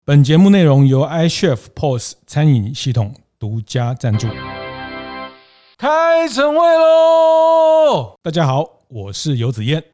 本节目内容由 iChef POS 餐饮系统独家赞助。开晨会喽！大家好，我是游子燕。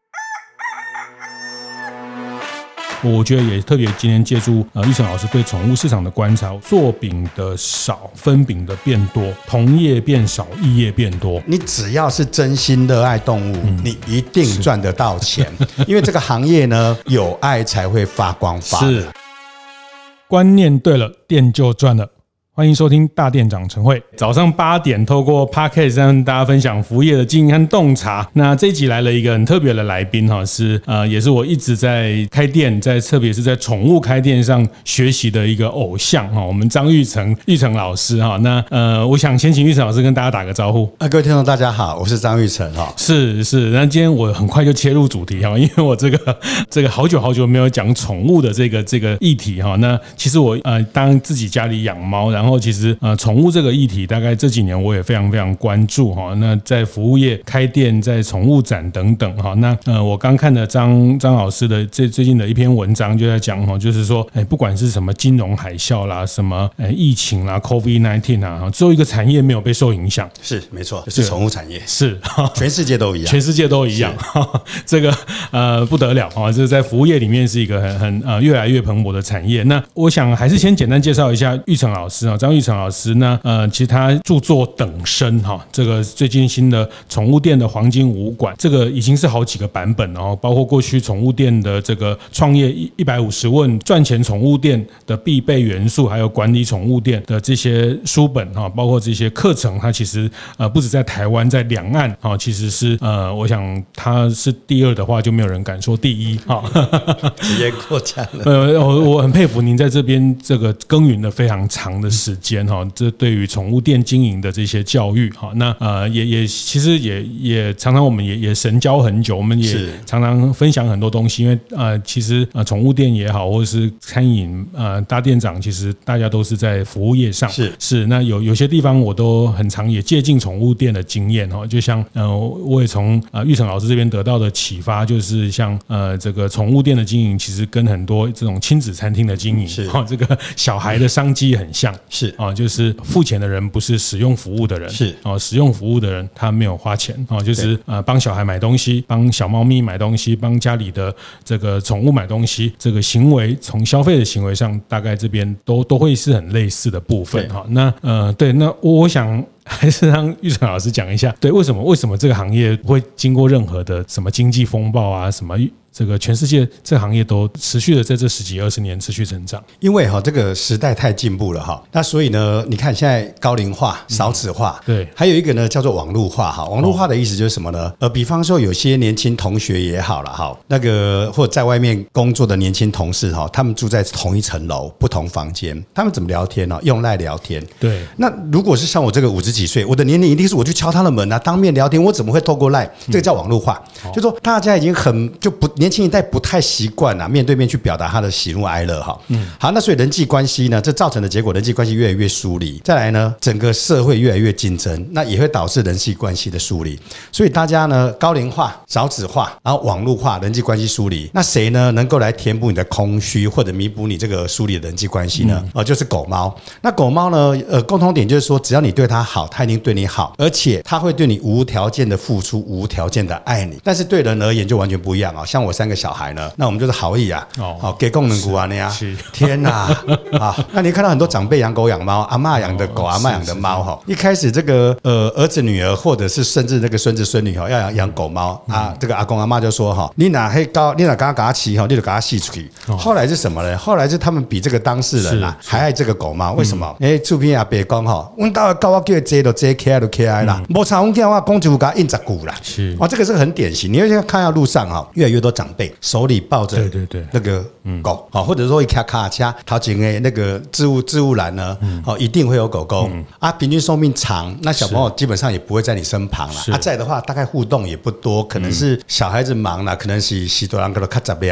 我觉得也特别今天借助玉成老师对宠物市场的观察，做饼的少，分饼的变多，同业变少，异业变多。 你只要是真心热爱动物，你一定赚得到钱，因为这个行业呢，有爱才会发光发热。 是，观念对了，店就赚了。欢迎收听大店长晨会，早上8点透过 Podcast 让大家分享服务业的经营和洞察。那这一集来了一个很特别的来宾哈，是也是我一直在开店，特别是在宠物开店上学习的一个偶像哈，我们张玉成老师哈。那我想先请玉成老师跟大家打个招呼。 各位听众大家好，我是张玉成哈。 是，那今天我很快就切入主题哈，因为我这个好久没有讲宠物的这个议题哈。那其实我当自己家里养猫，然后其实宠物这个议题大概这几年我也非常关注哈。那在服务业开店，在宠物展等等哈。那我刚看了张老师的最近的一篇文章，就在讲哈，就是说不管是什么金融海啸啦，什么疫情啦 COVID-19 啊，只有一个产业没有被受影响， 是没错，就是宠物产业， 是全世界都一样， 全世界都一样。这个不得了啊！这在服务业里面是一个很越来越蓬勃的产业。那我想还是先简单介绍一下玉成老师啊，张玉成老师呢，其实他著作等身哈，这个最近新的宠物店的黄金5馆，这个已经是好几个版本哦，包括过去宠物店的这个创业150问赚钱宠物店的必备元素，还有管理宠物店的这些书本哈，包括这些课程，它其实不止在台湾，在两岸哈，其实是我想他是第二的话，就没有人敢说第一哈， 直接过奖了。 我很佩服您在这边这个耕耘了非常长的时间哈，这对于宠物店经营的这些教育哈，那其实也常常我们也神交很久，我们也常常分享很多东西，因为其实宠物店也好，或者是餐饮大店长，其实大家都是在服务业上是那有些地方我都很常也借鉴宠物店的经验哈，就像我也从玉成老师这边得到的启发，就是像这个宠物店的经营，其实跟很多这种亲子餐厅的经营这个小孩的商机很像，是就是付钱的人不是使用服务的人，是使用服务的人他没有花钱就是帮小孩买东西，帮小猫咪买东西，帮家里的这个宠物买东西，这个行为从消费的行为上，大概这边都会是很类似的部分哈。那对，那我想还是让玉成老师讲一下，对，为什么这个行业不会经过任何的什么经济风暴啊，什么这个全世界这个行业都持续的在这10几20年持续成长？因为这个时代太进步了哈，那所以呢，你看现在高龄化、少子化，对，还有一个呢叫做网络化哈。网络化的意思就是什么呢？比方说有些年轻同学也好了哈，那个或者在外面工作的年轻同事哈，他们住在同一层楼、不同房间，他们怎么聊天呢？用赖聊天。对，那如果是像我这个50几岁，我的年龄一定是我去敲他的门啊，当面聊天，我怎么会透过赖？这个叫网络化，就说大家已经年轻一代不太习惯面对面去表达他的喜怒哀乐哈。好，那所以人际关系呢，这造成的结果，人际关系越来越疏离。再来呢，整个社会越来越竞争，那也会导致人际关系的疏离。所以大家呢，高龄化、少子化，然后网络化，人际关系疏离。那谁呢能够来填补你的空虚，或者弥补你这个疏离的人际关系呢？就是狗猫。那狗猫呢，共同点就是说，只要你对它好，它一定对你好，而且它会对你无条件的付出，无条件的爱你。但是对人而言就完全不一样像我3个小孩呢，那我们就是好意给功能股那样。天哪那你看到很多长辈养狗养猫，阿嬷养的狗，阿嬷养的猫一开始这个儿子女儿或者是甚至那个孙子孙女要养狗猫这个阿公阿嬷就说你哪黑高，你哪给他骑你就给他戏出去。后来是什么呢？后来是他们比这个当事人还爱这个狗猫，为什么？厝边阿伯讲我们到我叫坐就坐，起来就起来啦，没差我叫我公主给他印10股啦。这个是很典型，你会看到路上越来越多长辈手里抱着那个狗或者说一卡卡车头前的那个置物栏呢一定会有狗狗平均寿命长，那小朋友基本上也不会在你身旁啦在的话大概互动也不多，可能是小孩子忙啦，可能是许多人可能较杂念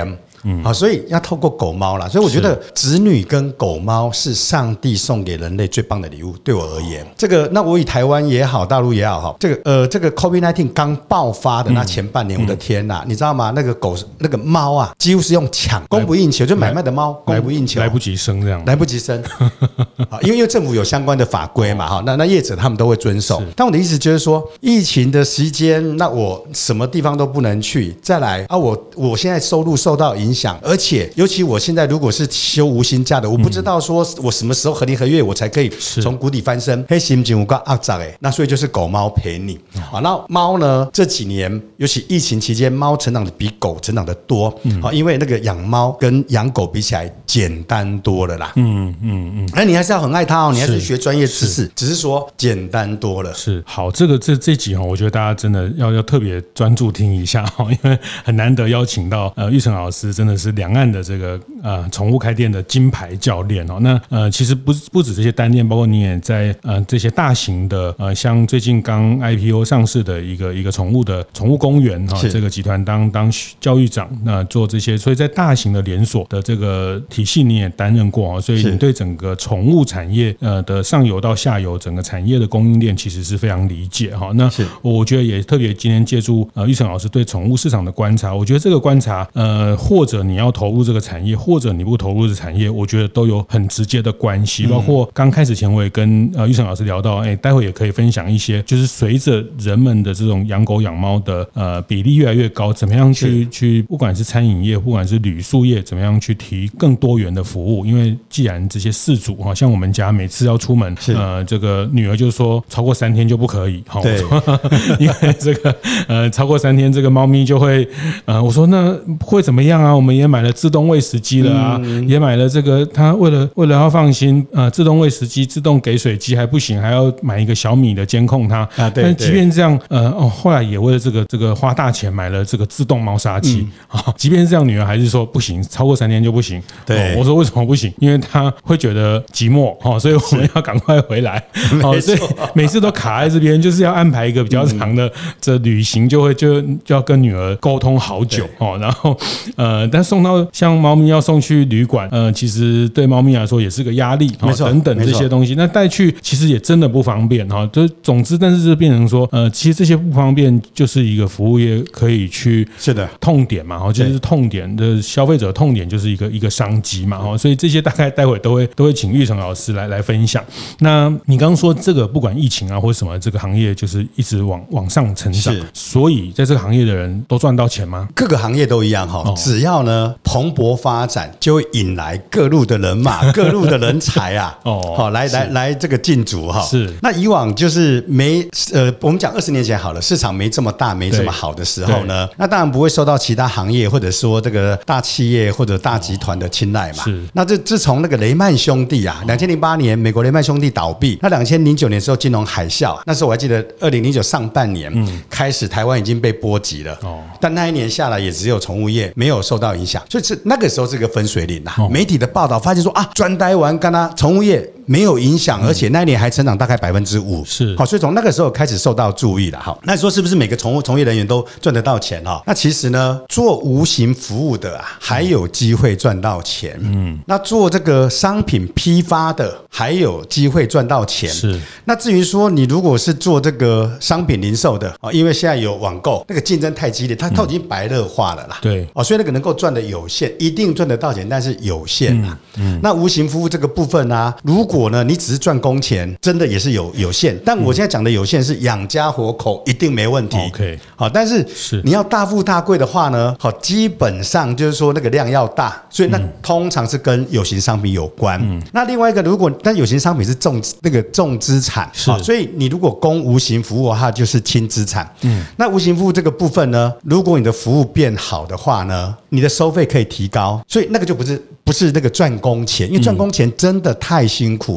好，所以要透过狗猫啦。所以我觉得子女跟狗猫是上帝送给人类最棒的礼物。对我而言，这个那我以台湾也好，大陆也好，这个 COVID-19 刚爆发的那前半年，我的天哪，你知道吗？那个猫啊，几乎是用抢，供不应求，就买卖的猫供不应求， 来不及生这样， 来不及生。因为政府有相关的法规嘛，那业者他们都会遵守。但我的意思就是说，疫情的时间，那我什么地方都不能去。再来啊，我现在收入受到影响，而且尤其我现在如果是休无薪假的，我不知道说我什么时候何年何月我才可以从谷底翻身。黑心情我告阿长那所以就是狗猫陪你。好，那猫呢？这几年尤其疫情期间，猫成长的比狗成长的多。因为那个养猫跟养狗比起来简单多了啦。那你还是要很爱它哦，你还是学专业知识，只是说简单多了。 是好，这集我觉得大家真的要特别专注听一下因为很难得邀请到玉成老师，真的是两岸的这个宠物开店的金牌教练那其实不止这些单店，包括你也在这些大型的像最近刚 IPO 上市的一个宠物公园这个集团当教育长，做这些，所以在大型的连锁的这个体系你也担任过所以你对整个宠物产业的上游到下游整个产业的供应链其实是非常理解那我觉得也特别今天借助玉成老师对宠物市场的观察，我觉得这个观察或者你要投入这个产业，或者你不投入这个产业，我觉得都有很直接的关系。包括刚开始前我也跟玉成老师聊到，待会也可以分享一些，就是随着人们的这种养狗养猫的比例越来越高，怎么样去不管是餐饮业，不管是旅宿业，怎么样去提更多元的服务。因为既然这些饲主像我们家每次要出门，这个女儿就说超过3天就不可以， 对， 因为这个超过3天，这个猫咪就会我说那会怎么样啊？我们也买了自动喂食机了啊，也买了这个，他为了要放心自动喂食机、自动给水机还不行，还要买一个小米的监控它但即便这样后来也为了这个花大钱买了这个自动猫砂机即便是这样，女儿还是说不行，超过3天就不行。对，我说为什么不行？因为她会觉得寂寞所以我们要赶快回来所以每次都卡在这边，就是要安排一个比较长的这旅行，就要跟女儿沟通好久然后但送到像猫咪要送去旅馆其实对猫咪来说也是个压力等等这些东西，那带去其实也真的不方便就总之，但是就变成说其实这些不方便就是一个服务业可以去是的痛点嘛就是痛点的消费者痛点就是一个商机嘛所以这些大概待会都会请玉成老师来分享。那你刚刚说这个不管疫情或者什么，这个行业就是一直往上成长，所以在这个行业的人都赚到钱吗？ 各个行业都一样只要呢蓬勃发展，就会引来各路的人马、各路的人才来这个进驻是。 那以往就是我们讲20年前好了，市场没这么大、没这么好的时候呢，那当然不会受到其他行业或者说这个大企业或者大集团的青睐嘛。是。那自从那个雷曼兄弟2008年美国雷曼兄弟倒闭，那2009年时候金融海啸，那时候我还记得2009上半年开始，台湾已经被波及了但那一年下来也只有宠物业没有受到影响，所以那个时候是个分水岭媒体的报道发现说专台湾跟他宠物业没有影响，而且那一年还成长大概5%，是好，所以从那个时候开始受到注意了。好，那说是不是每个宠物从业人员都赚得到钱那其实呢，做无形服务的还有机会赚到钱，那做这个商品批发的还有机会赚到钱。是，那至于说你如果是做这个商品零售的因为现在有网购，那个竞争太激烈，它已经白热化了啦。对，所以那个能够赚的有限，一定赚得到钱，但是有限啦。那无形服务这个部分如果呢你只是赚工钱，真的也是有限。但我现在讲的有限是养家活口一定没问题。OK， 好，但是你要大富大贵的话呢，好，基本上就是说那个量要大，所以那通常是跟有形商品有关。那另外一个，但有形商品是重资产，所以你如果供无形服务的话，就是轻资产。那无形服务这个部分呢，如果你的服务变好的话呢，你的收费可以提高，所以那个就不是那个赚工钱，因为赚工钱真的太辛苦了。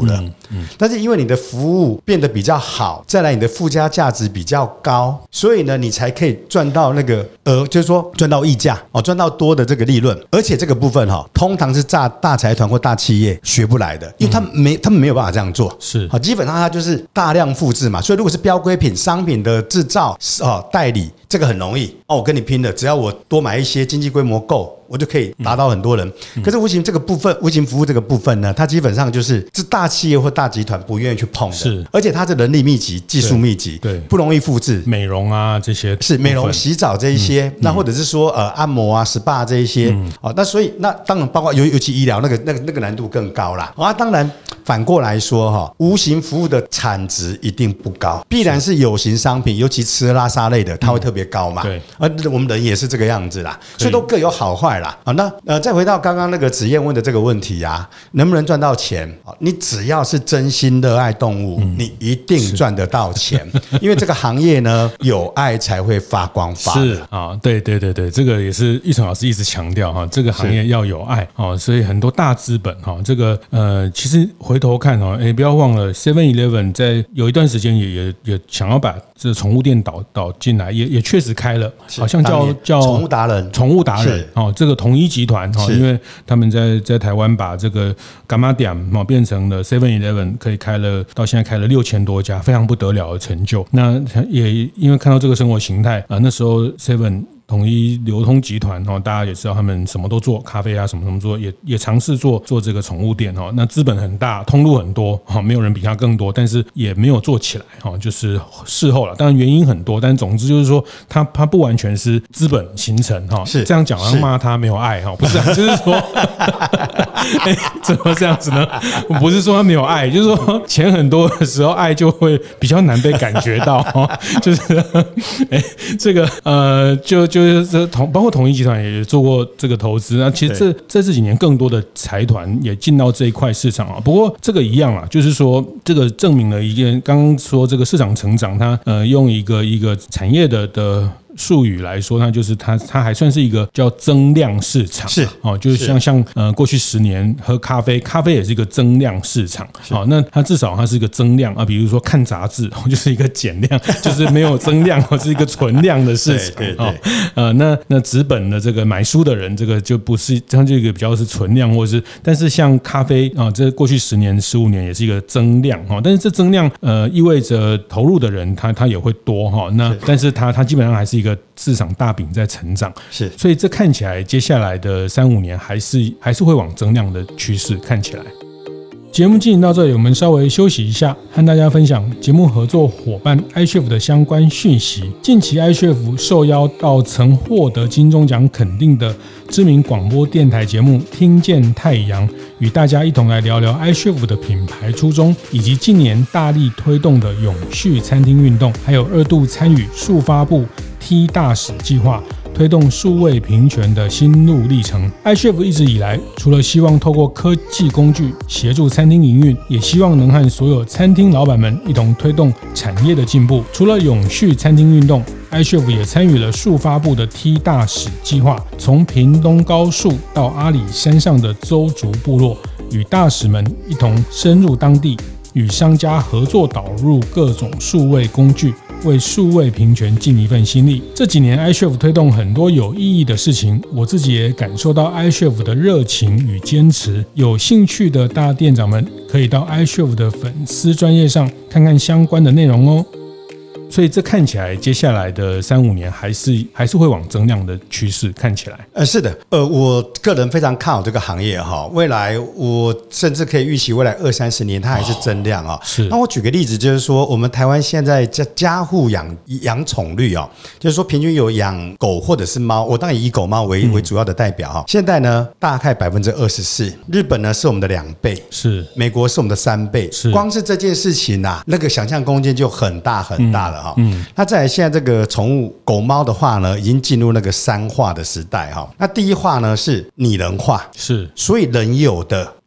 但是因为你的服务变得比较好，再来你的附加价值比较高，所以呢，你才可以赚到那个就是说赚到溢价赚到多的这个利润。而且这个部分通常是大财团或大企业学不来的，因为他们没有办法这样做。 是基本上它就是大量复制嘛。所以如果是标规品商品的制造代理，这个很容易我跟你拼了，只要我多买一些，经济规模够，我就可以达到很多人。可是无形服务这个部分呢，它基本上就是大企业或大集团不愿意去碰的， 是， 而且它的人力密集、技术密集， 对， 不容易复制。 美容啊这些是美容、洗澡这一些，那或者是说按摩啊、SPA 这一些，那所以那当然包括尤其医疗那个难度更高啦。当然反过来说无形服务的产值一定不高，必然是有形商品，尤其吃拉撒类的，它会特别高嘛。 对， 我们人也是这个样子啦，所以都各有好坏啦。那再回到刚刚那个子燕问的这个问题啊，能不能赚到钱？你只要是真心热爱动物，你一定赚得到钱，因为这个行业呢，有爱才会发光发热。 是对，这个也是玉成老师一直强调这个行业要有爱所以很多大资本这个其实回头看不要忘了 7-Eleven 在有一段时间也想要把这宠物店导进来，也确实开了，好像叫宠物达人这个统一集团因为他们在台湾把这个柑仔店变成了 7-Eleven， 可以到现在开了6000多家，非常不得了的成就。那也因为看到这个生活形态那时候 7统一流通集团大家也知道他们什么都做，咖啡啊什么做，也尝试做这个宠物店那资本很大，通路很多没有人比他更多，但是也没有做起来就是事后了。当然原因很多，但总之就是说他不完全是资本形成是这样讲，好像骂他没有爱不是就是说怎么这样子呢？我不是说他没有爱，就是说钱很多的时候爱就会比较难被感觉到就是这个就是包括统一集团也做过这个投资。那其实这几年更多的财团也进到这一块市场不过这个一样就是说这个证明了一件，刚刚说这个市场成长，它用一个产业的术语来说，那就是它还算是一个叫增量市场， 是就是像过去10年喝咖啡也是一个增量市场那它至少它是一个增量比如说看杂志就是一个减量，就是没有增量是一个存量的市场。对那纸本的这个买书的人，这个就不是，它这个比较是存量，或者是但是像咖啡这过去10年15年也是一个增量但是这增量意味着投入的人他也会多那但是它基本上还是一个市场大饼在成长， 是， 所以这看起来接下来的3-5年还是会往增量的趋势看起来。节目进行到这里，我们稍微休息一下，和大家分享节目合作伙伴 iChef 的相关讯息。近期 iChef 受邀到曾获得金钟奖肯定的知名广播电台节目《听见太阳》，与大家一同来聊聊 iChef 的品牌初衷，以及近年大力推动的永续餐厅运动，还有2度参与数发布 T 大使计划，推动数位平权的心路历程。iChef 一直以来，除了希望透过科技工具协助餐厅营运，也希望能和所有餐厅老板们一同推动产业的进步。除了永续餐厅运动， iChef 也参与了数发布的 T 大使计划，从屏东高树到阿里山上的邹族部落，与大使们一同深入当地，与商家合作导入各种数位工具，为数位平权尽一份心力。这几年 iChef 推动很多有意义的事情，我自己也感受到 iChef 的热情与坚持。有兴趣的大店长们可以到 iChef 的粉丝专页上看看相关的内容哦。所以这看起来接下来的3-5年还是会往增量的趋势看起来。 是的，我个人非常看好这个行业哈，未来我甚至可以预期未来20-30年它还是增量啊。 是。 那我举个例子，就是说我们台湾现在家户养宠率就是说平均有养狗或者是猫，我当然以狗猫为主要的代表哈。现在呢大概24%，日本呢是我们的2倍， 是， 美国是我们的3倍，是。光是这件事情那个想象空间就很大很大了。那再来现在这个宠物狗猫的话呢，已经进入那个3化的时代那第一化呢是拟人化， 是， 所以人有的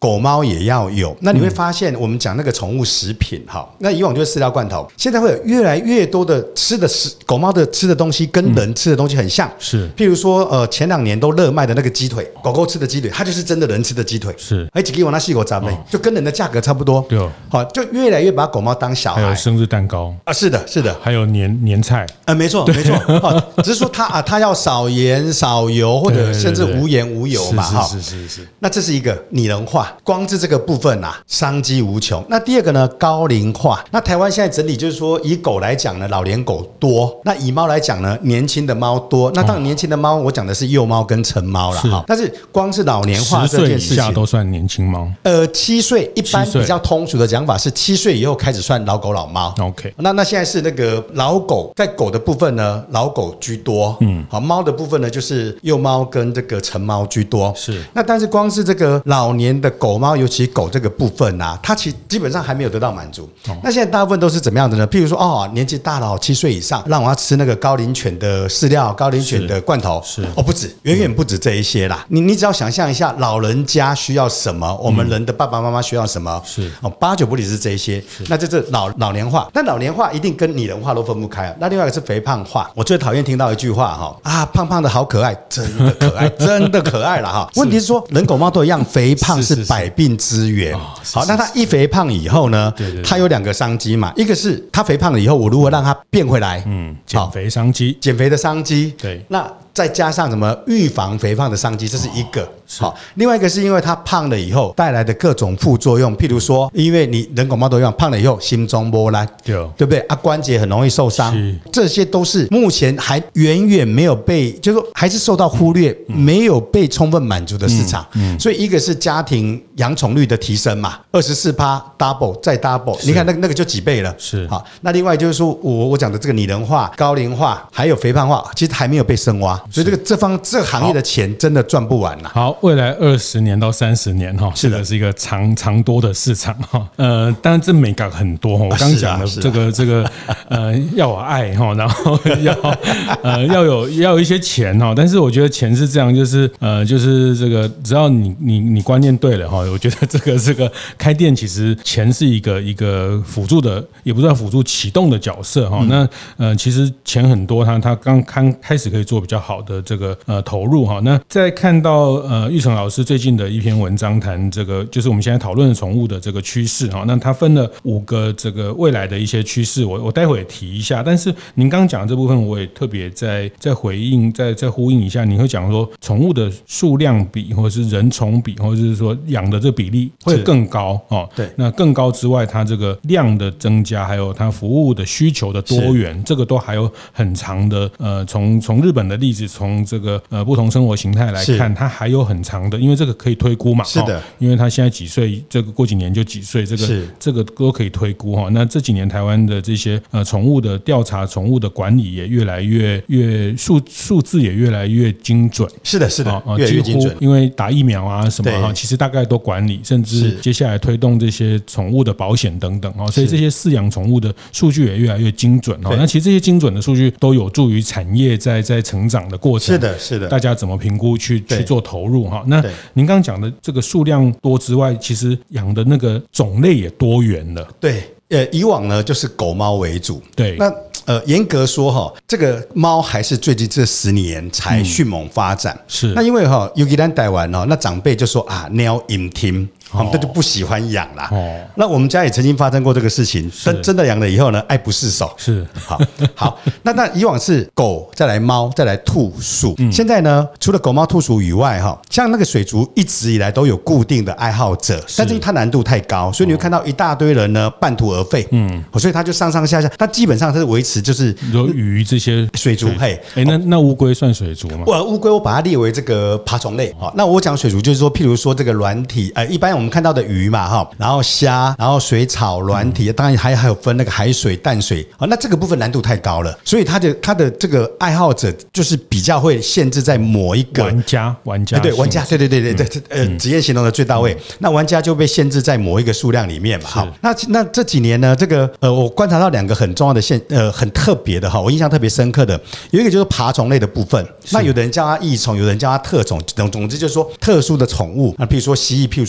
狗猫也要有。那你会发现，我们讲那个宠物食品哈，那以往就是饲料罐头，现在会有越来越多的吃的狗猫的吃的东西跟人吃的东西很像， 是， 譬如说前2年都热卖的那个鸡腿，狗狗吃的鸡腿，它就是真的人吃的鸡腿， 是， 几给我那细狗咱们就跟人的价格差不多， 对， 好，就越来越把狗猫当小孩。 还有生日蛋糕啊，是的，是的， 还有年菜， 没错，没错，只是说它要少盐少油，或者甚至无盐无油嘛，哈， 是。 那这是一个拟人化，光是这个部分啊，商机无穷。那第二个呢，高龄化。那台湾现在整体就是说，以狗来讲呢，老年狗多；那以猫来讲呢，年轻的猫多。那当然，年轻的猫，我讲的是幼猫跟成猫啦，哈。但是光是老年化这件事情，10岁以下都算年轻猫。 7岁一般比较通俗的讲法是7岁以后开始算老狗老猫。 OK， 那现在是那个老狗，在狗的部分呢，老狗居多。好，猫的部分呢，就是幼猫跟这个成猫居多。 是。 那但是光是这个老年的狗猫，尤其狗这个部分啊，它基本上还没有得到满足。那现在大部分都是怎么样的呢？譬如说，年纪大了7岁以上，让我要吃那个高龄犬的饲料、高龄犬的罐头， 是不止，远远不止这一些啦。你只要想象一下，老人家需要什么，我们人的爸爸妈妈需要什么， 是 8、9不离是这一些。那这是老年化，但老年化一定跟拟人化都分不开啊。那另外一个是肥胖化，我最讨厌听到一句话胖胖的好可爱，真的可爱，真的可爱了哈。问题是说，人狗猫都一样，肥胖是百病之源。好，那它一肥胖以后呢，它有2个商机嘛，一个是它肥胖了以后，我如何让它变回来？ 减肥商机， 减肥的商机。 对， 那再加上什么预防肥胖的商机，这是一个。好，另外一个是因为它胖了以后带来的各种副作用，譬如说，因为你人狗猫都一样，胖了以后心中波澜，对不对啊？关节很容易受伤，这些都是目前还远远没有被，就是说还是受到忽略，没有被充分满足的市场。所以一个是家庭养宠率的提升嘛，24% double 再 double， 你看那个就几倍了。 是好，那另外就是说我讲的这个拟人化、高龄化，还有肥胖化，其实还没有被深挖，所以这个行业的钱真的赚不完了。 好，未来20年到30年这个是一个长多的市场当然这美感很多我刚讲的这个要有爱然后要有一些钱但是我觉得钱是这样，就是这个只要你观念对了我觉得这个开店其实钱是一个辅助的，也不是辅助启动的角色那其实钱很多，他刚开始可以做比较好的这个投入那再看到玉成老师最近的一篇文章，谈这个就是我们现在讨论的宠物的这个趋势那他分了5个这个未来的一些趋势，我待会也提一下。但是您刚刚讲的这部分，我也特别再回应、再呼应一下。你会讲说，宠物的数量比，或者是人宠比，或者是说养的这比例会更高对， 那更高之外，它这个量的增加，还有它服务的需求的多元，这个都还有很长的从日本的例子，从这个不同生活形态来看，它还有很长的，因为这个可以推估嘛， 是的， 因为它现在几岁，这个过几年就几岁，这个都可以推估那这几年台湾的这些宠物的调查、宠物的管理也越来越数字也越来越精准。 是的，越来越精准， 因为打疫苗啊什么其实大概都管理，甚至接下来推动这些宠物的保险等等所以这些饲养宠物的数据也越来越精准那其实这些精准的数据都有助于产业在成长的过程。 是的， 大家怎么评估去做投入那您刚刚讲的这个数量多之外，其实养的那个种类也多元了。 对。以往呢就是狗猫为主， 对。 那严格说这个猫还是最近这10年才迅猛发展。 是。 那因为尤其咱台湾那长辈就说猫引听。他就不喜欢养啦。那我们家也曾经发生过这个事情，真的养了以后呢，爱不释手。 是。 好。那以往是狗，再来猫，再来兔鼠。现在呢，除了狗猫兔鼠以外像那个水族一直以来都有固定的爱好者，但是它难度太高，所以你会看到一大堆人呢半途而废。所以它就上下，它基本上是维持就是有鱼这些水族。 那乌龟算水族吗？ 乌龟我把它列为这个爬虫类。那我讲水族就是说，譬如说这个软体，一般我们看到的鱼嘛然后虾，然后水草、软体，当然还有分那个海水、淡水那这个部分难度太高了，所以它的这个爱好者就是比较会限制在某一个玩家， 对玩家，对，职业形容的最到位。那玩家就被限制在某一个数量里面嘛。好，那这几年呢，这个我观察到2个很重要的很特别的我印象特别深刻的，有一个就是爬虫类的部分。那有的人叫它益虫，有人叫它特种，总之就是说特殊的宠物。那譬如说蜥蜴，譬如说乌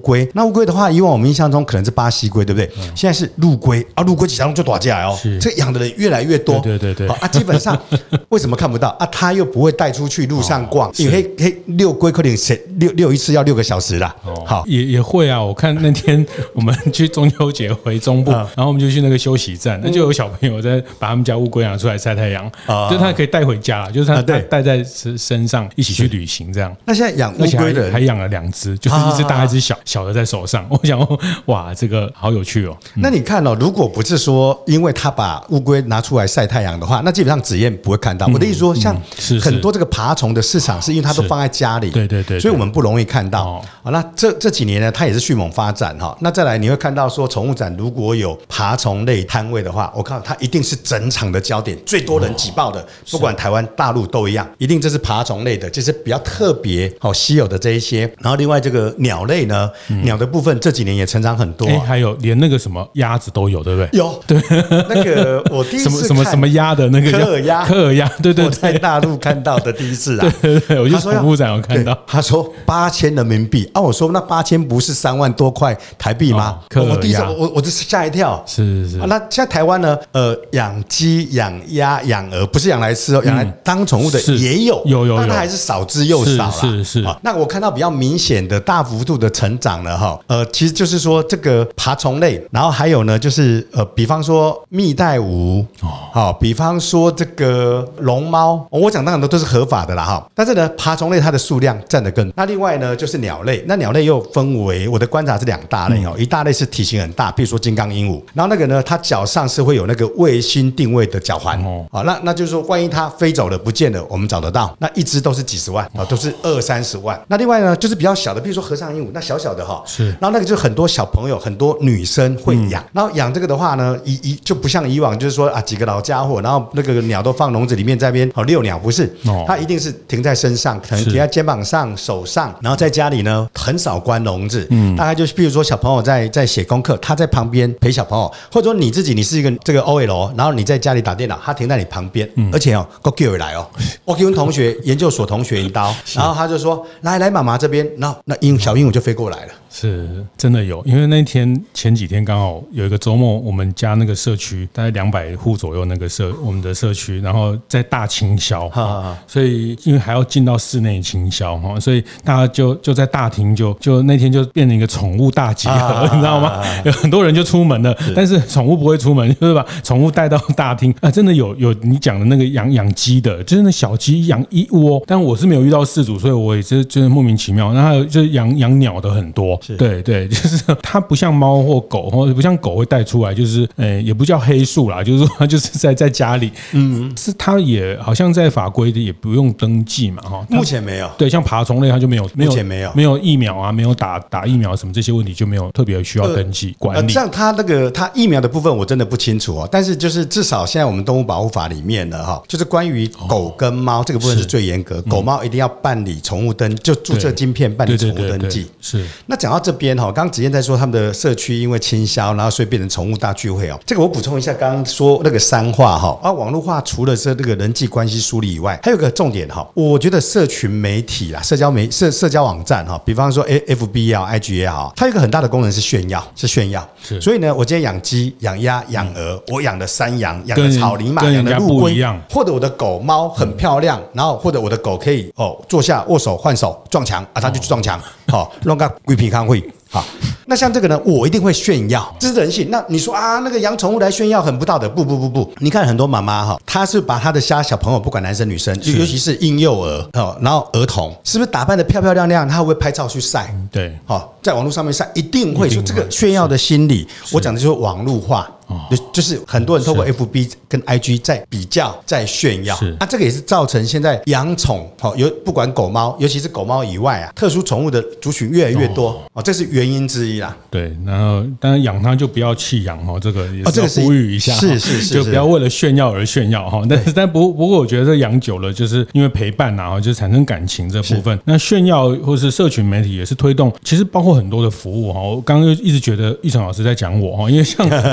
龟。那乌龟的话，以往我们印象中可能是巴西龟，对不对？现在是陆龟啊，陆龟几条就打架哦，这养的人越来越多。 对啊，基本上为什么看不到啊？他又不会带出去路上逛，因为遛龟可能遛一次要6个小时啦。好， 也会啊。我看那天我们去中秋节回中部，然后我们就去那个休息站，那就有小朋友在把他们家乌龟拿出来晒太阳，就是他可以带回家啦，就是他带在身上一起去旅行这样。 那现在养乌龟的还养了2只，就是一只大，一只小的在手上。我想哇，这个好有趣哦。 那你看哦，如果不是说因为他把乌龟拿出来晒太阳的话，那基本上纸燕不会看到。我的意思说，像很多这个爬虫的市场，是因为它都放在家里， 对， 所以我们不容易看到。那这几年呢，它也是迅猛发展哈。那再来你会看到说，宠物展如果有爬虫类摊位的话，我靠，它一定是整场的焦点，最多人挤爆的，不管台湾、大陆都一样，一定这是爬虫类的，就是比较特别、稀有的这一些。然后另外这个鸟类呢，鸟的部分这几年也成长很多， 还有连那个什么鸭子都有，对不对？ 有，对，那个我第一次看什么鸭的那个科尔鸭，对， 我在大陆看到的第一次啊， 对，我去宠物展有看到， 他说8000人民币啊，我说那8000不是3万多块台币吗？我第一次我就吓一跳， 是。 那现在台湾呢，养鸡、养鸭、养鹅，不是养来吃哦，养来当宠物的也有，但它还是少之又少啦。 是。 那我看到比较明显的大幅度的成长了哈，其实就是说这个爬虫类，然后还有呢就是比方说蜜袋鼯，比方说这个龙猫，我讲当然都是合法的啦哈，但是呢爬虫类它的数量占得更。那另外呢就是鸟类，那鸟类又分为我的观察是2大类哦，一大类是体型很大，譬如说金刚鹦鹉，然后那个呢它脚上是会有那个卫星定位的脚环那就是说万一它飞走了不见了，我们找得到，那一只都是几十万都是20-30万。那另外呢就是比较小的，譬如说和尚鹦鹉，那小小的是， 然后那个就很多小朋友很多女生会养，然后养这个的话呢就不像以往就是说几个老家伙，然后那个鸟都放笼子里面在那边遛鸟，不是，它一定是停在身上，可能停在肩膀上、手上，然后在家里呢很少关笼子，大概就是譬如说小朋友在写功课，他在旁边陪小朋友，或者说你自己你是一个这个 OL， 然后你在家里打电脑，他停在你旁边，而且够叫回来我跟同学研究所同学一刀，然后他就说来妈妈这边，然后那小鹦鹉就飞过来了。 是真的有，因为前几天刚好有一个周末，我们家那个社区大概200户左右，我们的社区，然后在大清消，所以因为还要进到室内清消所以大家就在大厅就那天就变成一个宠物大集合，你知道吗？有很多人就出门了，但是宠物不会出门，就是把宠物带到大厅真的有你讲的那个养鸡的，就是那小鸡养一窝，但我是没有遇到饲主，所以我也是真的莫名其妙。那还有就是养鸟的很多。对，就是它不像猫或狗，或者不像狗会带出来，就是也不叫黑数啦，就是说它就是在家里，是它也好像在法规的也不用登记嘛目前没有。 对，像爬虫类它就没有疫苗啊，没有打疫苗什么这些问题就没有特别需要登记管理。 像它疫苗的部分我真的不清楚但是就是至少现在我们动物保护法里面呢就是关于狗跟猫这个部分是最严格，狗猫一定要办理宠物登，就注册晶片办理宠物登记。 是。那讲到这边刚刚子燕在说他们的社区因为倾销，然后所以变成宠物大聚会这个我补充一下，刚刚说那个3化网络化除了是这个人际关系梳理以外，还有个重点我觉得社群媒体啦、社交网站比方说 FB 也好 IG 也好，它有一个很大的功能是炫耀。所以呢，我今天养鸡、养鸭、养鹅，我养的山羊、养的草泥马、养的陆龟，或者我的狗猫很漂亮，然后或者我的狗可以坐下握手换手撞墙它就去撞墙弄个鬼皮康会。好，那像这个呢，我一定会炫耀，这是人性。那你说那个养宠物来炫耀很不道德，不，你看很多妈妈她是把她的家小朋友，不管男生女生，尤其是婴幼儿然后儿童，是不是打扮得漂漂亮亮？她会不会拍照去晒？ 对， 在网络上面晒，一定会。说这个炫耀的心理，我讲的就是网络化。就是很多人透过 FB 跟 IG 在比较，在炫耀这个也是造成现在养宠不管狗猫，尤其是狗猫以外特殊宠物的族群越来越多这是原因之一啦。 对，然后当然养它就不要弃养这个也是要呼吁一下， 是， 就不要为了炫耀而炫耀但不过我觉得这养久了，就是因为陪伴就是产生感情这部分。那炫耀或是社群媒体也是推动，其实包括很多的服务我刚刚一直觉得奕成老师在讲我因为像我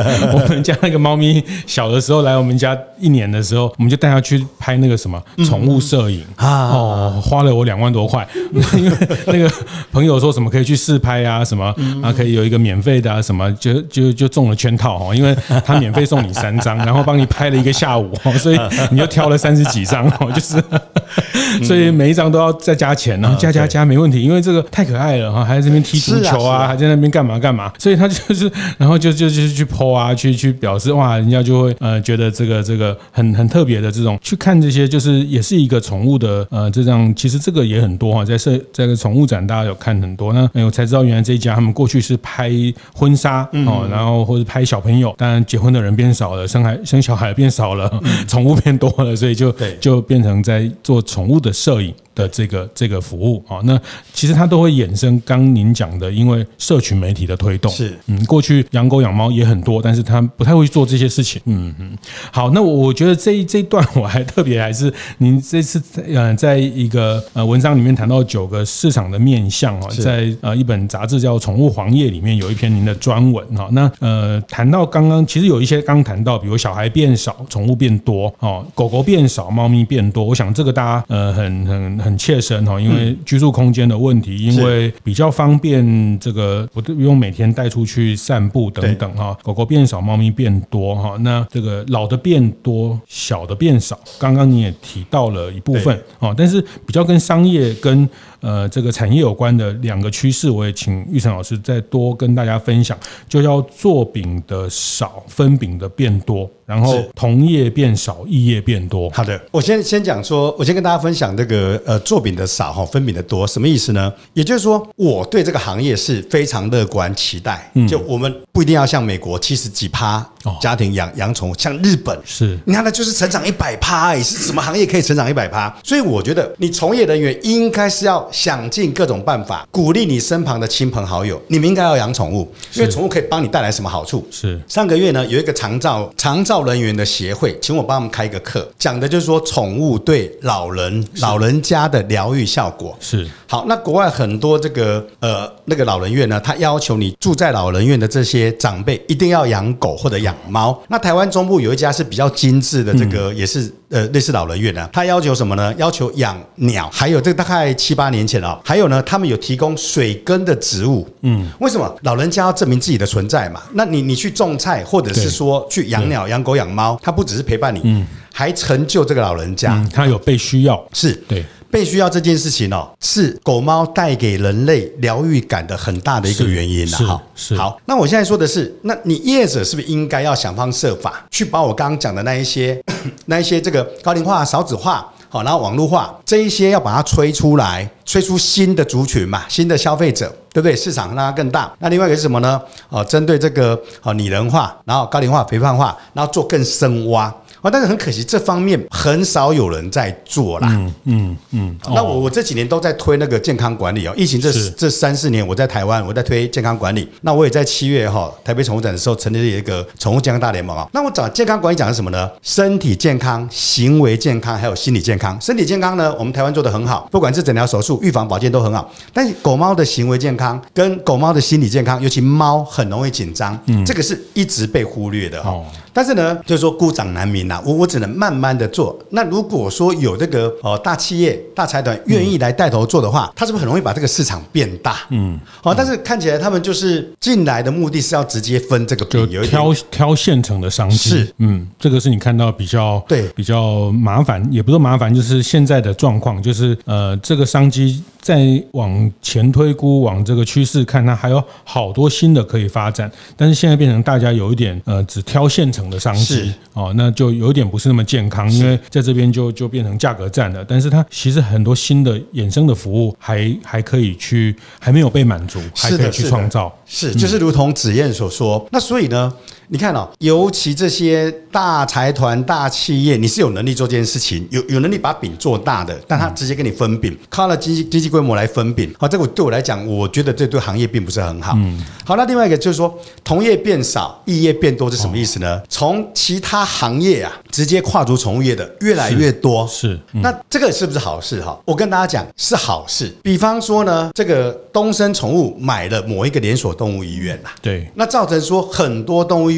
们家那个猫咪小的时候来我们家1年的时候，我们就带它去拍那个什么宠物摄影花了我2万多块，因为那个朋友说什么可以去试拍啊，什么可以有一个免费的啊，什么就中了圈套因为他免费送你3张，然后帮你拍了1个下午所以你就挑了30几张就是所以每一张都要再加钱，然后加没问题，因为这个太可爱了还在这边踢足球啊，还在那边干嘛，所以他就是然后就去 po 啊，去表示哇，人家就会觉得这个很特别的这种去看这些，就是也是一个宠物的这样，其实这个也很多在这个宠物展大家有看很多，那我才知道原来这一家他们过去是拍婚纱然后或者拍小朋友，当然结婚的人变少了，生小孩变少了，宠物变多了，所以就变成在做宠物的摄影的这个服务那其实它都会衍生刚您讲的，因为社群媒体的推动是过去养狗养猫也很多，但是他不太会去做这些事情好，那我觉得这一段我还特别还是您这次在一个文章里面谈到9个市场的面向在一本杂志叫《宠物黄页》里面有一篇您的专文那谈到刚刚其实有一些刚谈到，比如小孩变少，宠物变多狗狗变少，猫咪变多，我想这个大家很切身因为居住空间的问题，因为比较方便这个不用每天带出去散步等等狗狗变少，猫咪变多那这个老的变多，小的变少，刚刚你也提到了一部分但是比较跟商业跟这个产业有关的2个趋势，我也请玉成老师再多跟大家分享，就要做饼的少，分饼的变多，然后同业变少，异业变多。 好的，我先讲说，我先跟大家分享这个做饼的少分饼的多什么意思呢？也就是说，我对这个行业是非常乐观期待，就我们不一定要像美国70几%家庭养宠物，像日本是你看它就是成长100%是什么行业可以成长100%？所以我觉得你从业人员应该是要想尽各种办法鼓励你身旁的亲朋好友，你们应该要养宠物，因为宠物可以帮你带来什么好处？ 是上个月呢有一个长照人员的协会，请我帮他们开一个课，讲的就是说宠物对老人家的疗愈效果。 是好，那国外很多这个那个老人院呢，他要求你住在老人院的这些长辈一定要养狗或者养猫。那台湾中部有一家是比较精致的，这个也是类似老人院呢，他要求什么呢？要求养鸟，还有这个大概7、8年前还有呢，他们有提供水耕的植物。为什么？老人家要证明自己的存在嘛。那你去种菜，或者是说去养鸟、养狗、养猫，他不只是陪伴你，还成就这个老人家。 他有被需要， 是对。被需要这件事情是狗猫带给人类疗愈感的很大的一个原因好，那我现在说的是，那你业者是不是应该要想方设法去把我刚刚讲的那一些这个高龄化、少子化然后网络化这一些要把它吹出来，吹出新的族群嘛，新的消费者，对不对？市场让它更大。那另外一个是什么呢？针对这个拟人化，然后高龄化、肥胖化，然后做更深挖。但是很可惜，这方面很少有人在做啦。那我这几年都在推那个健康管理疫情这3、4年，我在台湾我在推健康管理。那我也在7月台北宠物展的时候成立了一个宠物健康大联盟那我讲健康管理讲的是什么呢？身体健康、行为健康，还有心理健康。身体健康呢，我们台湾做得很好，不管是诊疗手术、预防保健都很好。但是狗猫的行为健康跟狗猫的心理健康，尤其猫很容易紧张，这个是一直被忽略的但是呢，就是说孤掌难鸣我只能慢慢的做。那如果说有这个大企业、大财团愿意来带头做的话，他是不是很容易把这个市场变大？但是看起来他们就是进来的目的是要直接分这个饼， 就挑现成的商机。 是， 这个是你看到比较麻烦，也不是麻烦，就是现在的状况，就是这个商机再往前推估，往这个趋势看，它还有好多新的可以发展，但是现在变成大家有一点只挑现成的商机那就有点不是那么健康，因为在这边就变成价格战了。但是它其实很多新的衍生的服务还可以去，还没有被满足，还可以去创造。 就是如同子燕所说。那所以呢，你看尤其这些大财团、大企业，你是有能力做这件事情，有能力把饼做大的，但他直接跟你分饼，靠了经济规模来分饼。这个对我来讲，我觉得这对行业并不是很好。好，那另外一个就是说，同业变少，异业变多是什么意思呢？从其他行业直接跨足宠物业的越来越多。是，那这个是不是好事？我跟大家讲是好事。比方说呢，这个东森宠物买了某一个连锁动物医院对，那造成说很多动物医院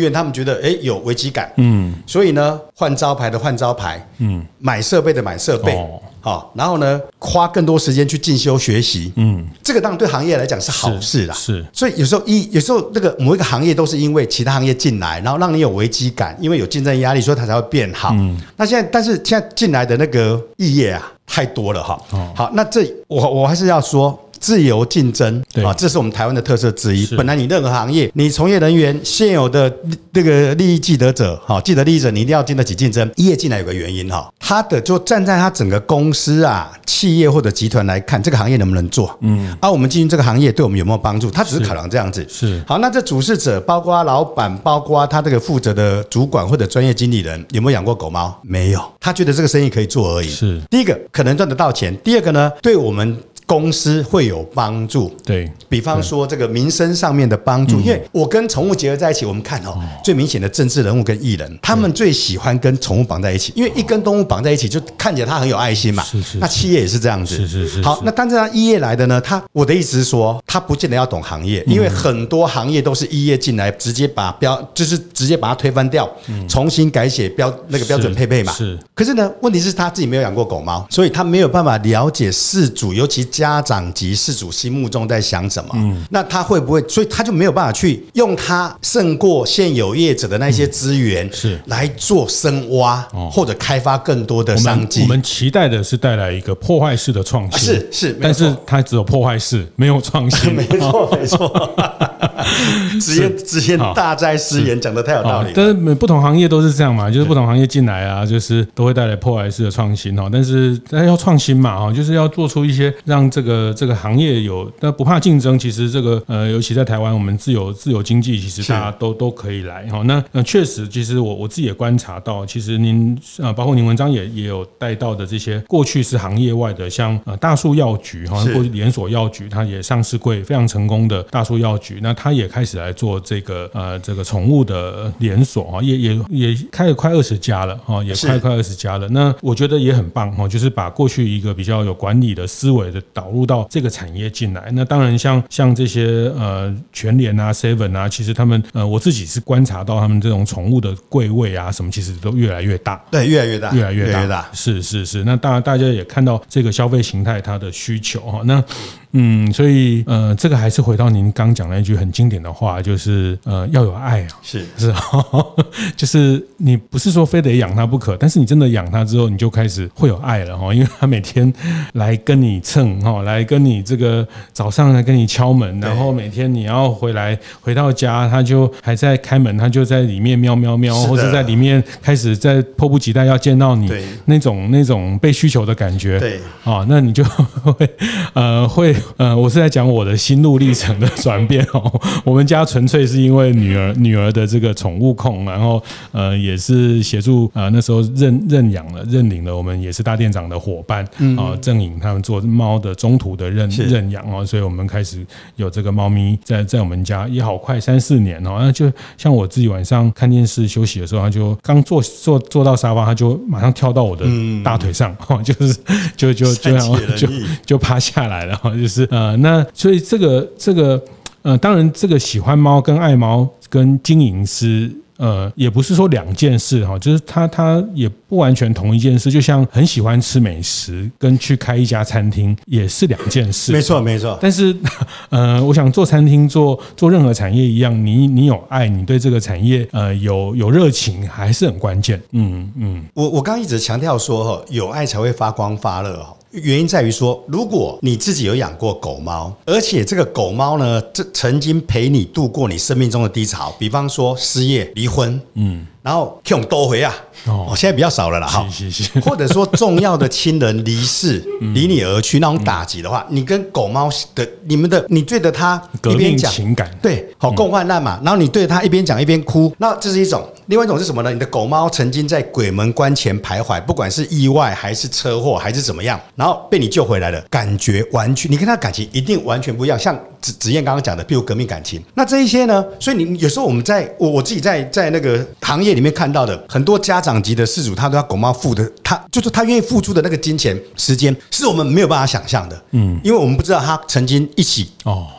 院他们觉得有危机感，所以呢换招牌的换招牌，买设备的买设备。然后呢，花更多时间去进修学习，这个当然对行业来讲是好事啦。 是， 所以有时候那个某一个行业都是因为其他行业进来，然后让你有危机感，因为有竞争压力，所以它才会变好。那但是现在进来的那个异业啊，太多了哈。好，那我还是要说。自由竞争啊，这是我们台湾的特色之一。本来你任何行业，你从业人员现有的这个利益既得者，既得利益者，你一定要经得起竞争。异业进来有个原因哈，他的就站在他整个公司啊、企业或者集团来看，这个行业能不能做？我们进入这个行业对我们有没有帮助？他只是考量这样子。 是好，那这主事者，包括老板，包括他这个负责的主管或者专业经理人，有没有养过狗猫？没有，他觉得这个生意可以做而已。 是第一个可能赚得到钱，第二个呢，对我们公司会有帮助， 对比方说这个民生上面的帮助，因为我跟宠物结合在一起，我们看最明显的政治人物跟艺人，他们最喜欢跟宠物绑在一起，因为一跟动物绑在一起，就看起来他很有爱心嘛。 是那企业也是这样子。 是。 好，那但是他异业来的呢，我的意思是说，他不见得要懂行业，因为很多行业都是异业进来，直接把它推翻掉，重新改写标准配备嘛。 是。 可是呢，问题是他自己没有养过狗猫，所以他没有办法了解饲主，尤其家长级饲主心目中在想什么。那他会不会，所以他就没有办法去用他胜过现有业者的那些资源， 是来做深挖或者开发更多的商机。 我们期待的是带来一个破坏式的创新， 是， 但是它只有破坏式，没有创新。 没错。直言大哉失言，讲得太有道理了。 但是不同行业都是这样嘛，就是不同行业进来啊，就是都会带来破坏式的创新哈。但是要创新嘛，就是要做出一些让这个行业有，但不怕竞争。其实这个尤其在台湾，我们自由经济，其实大家都可以来哈。那确实，其实我自己也观察到，其实您包括您文章也有带到的这些过去是行业外的，像大树药局哈，过去连锁药局，它也上市柜非常成功的大树药局，那它也开始来做这个宠物的连锁哈，也开了快20家了哈，也快20家了。那我觉得也很棒哈，就是把过去一个比较有管理的思维的导入到这个产业进来。那当然像这些全联啊 Seven 啊，其实他们我自己是观察到他们这种宠物的柜位啊什么，其实都越来越大。 对，越来越大。 是。那当然大家也看到这个消费形态它的需求哈。那所以这个还是回到您刚讲的一句很经典的话，就是要有爱啊， 是， 就是你不是说非得养它不可，但是你真的养它之后，你就开始会有爱了哈，因为它每天来跟你蹭哈，来跟你这个早上来跟你敲门，然后每天你要回到家，它就还在开门，它就在里面喵喵喵，或者在里面开始在迫不及待要见到你那种被需求的感觉， 对啊，那你就会我是在讲我的心路历程的转变哦。我们家纯粹是因为女儿的这个宠物控，然后也是协助那时候认领了我们也是大店长的伙伴郑颖他们做猫的中途的认养哦，所以我们开始有这个猫咪在我们家也好快3-4年哦。那就像我自己晚上看电视休息的时候，他就刚坐到沙发，他就马上跳到我的大腿上，就是就趴下来了，就是那所以这个当然这个喜欢猫跟爱猫跟经营是也不是说两件事哈，就是它也不完全同一件事，就像很喜欢吃美食跟去开一家餐厅也是两件事。 没错。 但是我想做餐厅做任何产业一样，你有爱，你对这个产业有热情还是很关键。 我刚刚一直强调说有爱才会发光发热哈。原因在于说，如果你自己有养过狗猫，而且这个狗猫呢，曾经陪你度过你生命中的低潮，比方说失业、离婚，然后给我们多回啊，现在比较少了啦哈，或者说重要的亲人离世，离你而去那种打击的话，你跟狗猫的你对着它一边讲情感， 对，好共患难嘛，然后你对着它一边讲一边哭，那这是一种。另外一种是什么呢？你的狗猫曾经在鬼门关前徘徊，不管是意外还是车祸还是怎么样，然后被你救回来了，感觉完全，你跟他感情一定完全不一样。像子燕刚刚讲的，譬如革命感情，那这一些呢？所以你有时候我自己在那个行业里面看到的很多家长级的饲主，他都要狗猫付的，他愿意付出的那个金钱、时间，是我们没有办法想象的。因为我们不知道他曾经一起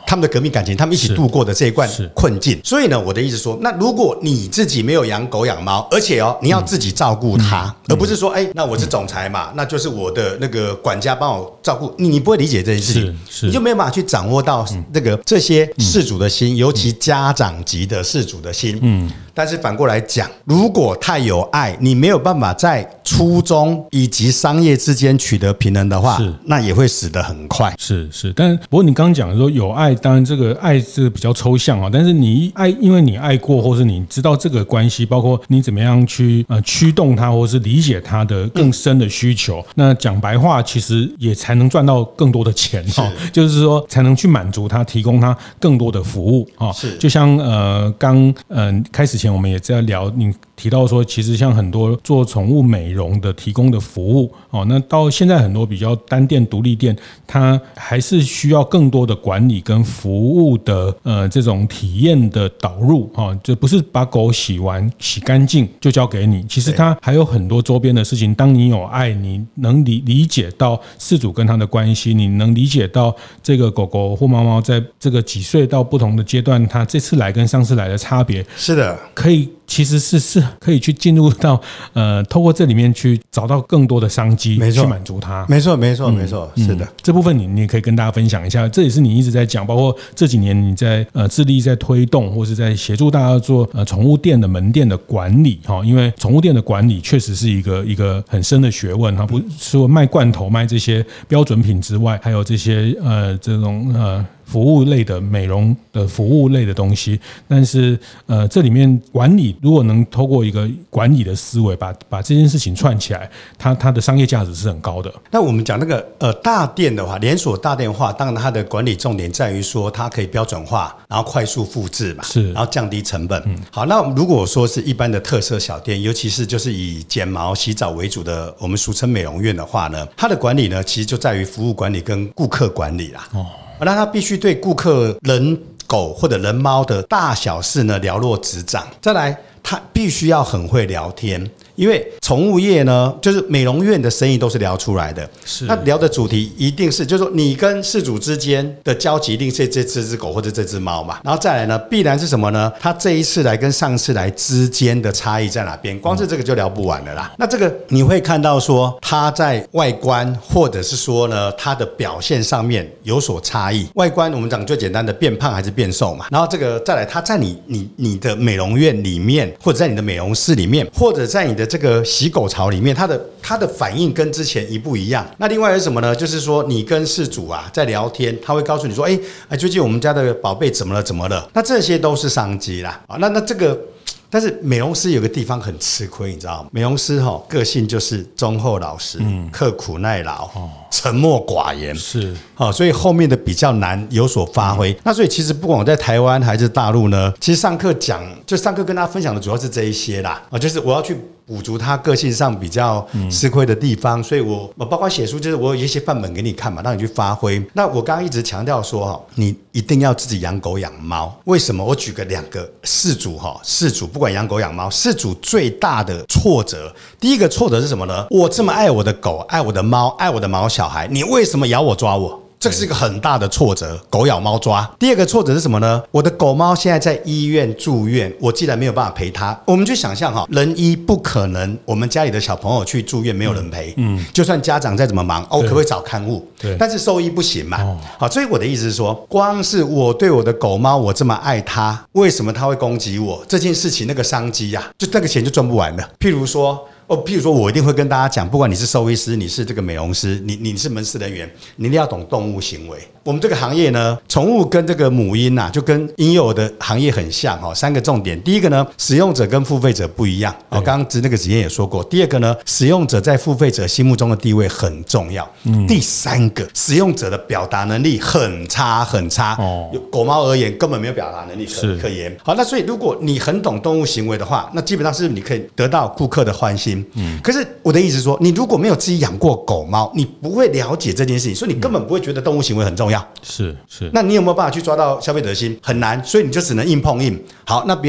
他们的革命感情，他们一起度过的这一段困境。所以呢，我的意思说，那如果你自己没有养狗养猫，而且你要自己照顾它，而不是说，那我是总裁嘛，那就是我的那个管家帮我照顾，你不会理解这件事情，你就没有办法去掌握到这些饲主的心，尤其家长级的饲主的心。但是反过来讲，如果太有爱，你没有办法在初衷以及商业之间取得平衡的话，那也会死得很快。 是，但不过你刚刚讲的说有爱，当然这个爱是比较抽象啊。但是你爱，因为你爱过，或是你知道这个关系，包括你怎么样去驱动它，或是理解它的更深的需求。那讲白话，其实也才能赚到更多的钱哈，就是说才能去满足它，提供它更多的服务啊。就像刚开始前我们也在聊，你提到说，其实像很多做宠物美容的提供的服务那到现在很多比较单店独立店，它还是需要更多的管理跟服务的这种体验的导入就不是把狗洗干净就交给你，其实它还有很多周边的事情。当你有爱，你能理解到饲主跟它的关系，你能理解到这个狗狗或猫猫在这个几岁到不同的阶段，它这次来跟上次来的差别， 是的， 其实是可以去进入到透过这里面去找到更多的商机，去满足它。 没错，是的。 这部分你也可以跟大家分享一下，这也是你一直在讲，包括这几年你在致力在推动，或是在协助大家做宠物店的门店的管理因为宠物店的管理确实是一个很深的学问不是说卖罐头卖这些标准品之外，还有这些这种服务类的美容的服务类的东西，但是这里面管理如果能透过一个管理的思维把这件事情串起来，它的商业价值是很高的。 那我们讲那个大店的话，连锁大店化，当然它的管理重点在于说它可以标准化，然后快速复制嘛，然后降低成本。好，那如果说是一般的特色小店，尤其是就是以剪毛洗澡为主的我们俗称美容院的话呢，它的管理呢其实就在于服务管理跟顾客管理啦。那他必须对顾客人狗或者人猫的大小事呢了若指掌，再来他必须要很会聊天，因为宠物业呢，就是美容院的生意都是聊出来的。那聊的主题一定是，就是说你跟饲主之间的交集，一定是这只狗或者这只猫嘛。然后再来呢，必然是什么呢？他这一次来跟上次来之间的差异在哪边？光是这个就聊不完了啦。那这个你会看到说，它在外观或者是说呢，它的表现上面有所差异。外观我们讲最简单的变胖还是变瘦嘛。然后这个再来，它在你的美容院里面，或者在你的美容室里面，或者在你的这个洗狗槽里面，它的反应跟之前一不一样。那另外是什么呢？就是说你跟饲主在聊天，他会告诉你说，最近我们家的宝贝怎么了？那这些都是商机啦。那这个。但是美容师有个地方很吃亏，你知道吗？美容师个性就是忠厚老实，刻苦耐劳，沉默寡言， 是所以后面的比较难有所发挥。那所以其实不管我在台湾还是大陆呢，其实上课跟大家分享的主要是这一些啦，就是我要去补足他个性上比较吃亏的地方，所以我包括写书，就是我有一些范本给你看嘛，让你去发挥。那我刚刚一直强调说你一定要自己养狗养猫，为什么？我举个2个饲主不管养狗养猫，饲主最大的挫折，第一个挫折是什么呢？我这么爱我的狗，爱我的猫，爱我的毛小孩，你为什么咬我抓我？这是一个很大的挫折，狗咬猫抓。第二个挫折是什么呢？我的狗猫现在在医院住院，我既然没有办法陪它，我们去想象人医不可能，我们家里的小朋友去住院没有人陪，就算家长再怎么忙，可不可以找看护？但是兽医不行嘛。好，所以我的意思是说，光是我对我的狗猫我这么爱它，为什么它会攻击我？这件事情那个商机就那个钱就赚不完了。譬如说，我一定会跟大家讲，不管你是兽医师，你是这个美容师，你是门市人员，你一定要懂动物行为。我们这个行业呢，宠物跟这个母婴就跟婴幼儿的行业很像3个重点。第一个呢，使用者跟付费者不一样刚刚那个子燕也说过。第二个呢，使用者在付费者心目中的地位很重要。第三个，使用者的表达能力很差。狗猫而言，根本没有表达能力可言。好，那所以如果你很懂动物行为的话，那基本上是你可以得到顾客的欢心。可是我的意思是说，你如果没有自己养过狗猫，你不会了解这件事情，所以你根本不会觉得动物行为很重要。 是， 那你有没有办法去抓到消费者的心？很难，所以你就只能硬碰硬。好，那别人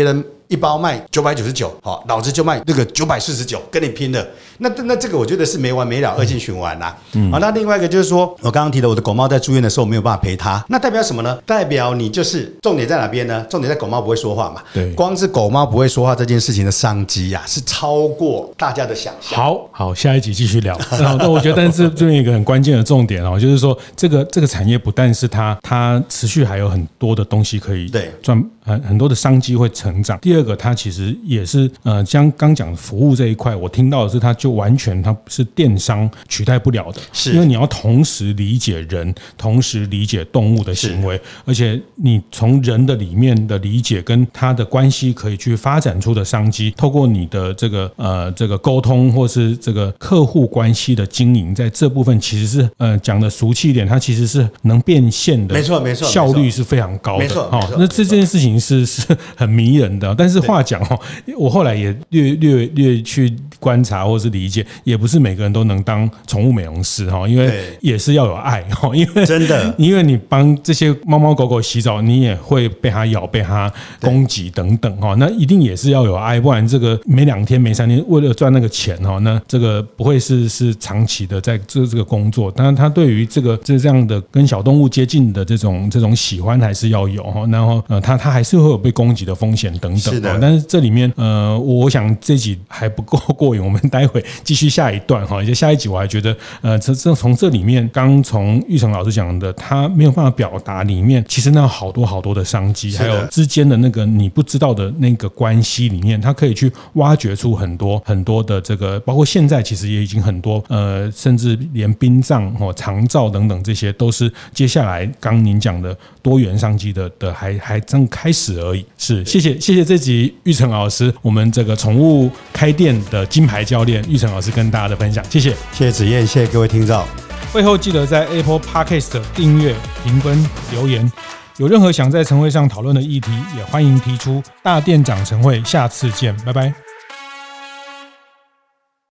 一包卖999，好，老子就卖那个949，跟你拼了。那这个我觉得是没完没了，恶性循环啦。好，那另外一个就是说，我刚刚提了我的狗猫在住院的时候没有办法陪它，那代表什么呢？代表你就是重点在哪边呢？重点在狗猫不会说话嘛。 对， 光是狗猫不会说话这件事情的商机啊，是超过大家的想象。 好，下一集继续聊。那我觉得，但是这边有一个很关键的重点哦，就是说这个产业不但是它持续还有很多的东西可以赚。很多的商机会成长。第二个，它其实也是像刚讲服务这一块，我听到的是，它就完全它是电商取代不了的，是因为你要同时理解人，同时理解动物的行为，而且你从人的里面的理解跟它的关系，可以去发展出的商机，透过你的这个沟通或是这个客户关系的经营，在这部分其实是讲的俗气一点，它其实是能变现的， 没错， 效率是非常高的。 没错， 那这件事情是很迷人的，但是话讲我后来也略去观察或是理解，也不是每个人都能当宠物美容师因为也是要有爱因为真的，因为你帮这些猫猫狗狗洗澡，你也会被它咬、被它攻击等等那一定也是要有爱，不然这个没2天没3天为了赚那个钱那这个不会是长期的在这个工作。当然，他对于这样的跟小动物接近的这种喜欢还是要有然后他还是会有被攻击的风险等等。是的，但是这里面我想这集还不够过瘾，我们待会继续下一段而且下一集我还觉得从这里面刚从玉成老师讲的，他没有办法表达里面其实那有好多的商机，还有之间的那个你不知道的那个关系里面，他可以去挖掘出很多的这个，包括现在其实也已经很多甚至连殡葬长照等等，这些都是接下来刚您讲的多元商机的还正开始而已。是，谢谢这集玉成老师，我们这个宠物开店的金牌教练玉成老师跟大家的分享，谢谢子燕，谢谢各位听众。 会后记得在 Apple Podcast 订阅、评分、留言。有任何想在晨会上讨论的议题，也欢迎提出。大店长晨会，下次见，拜拜。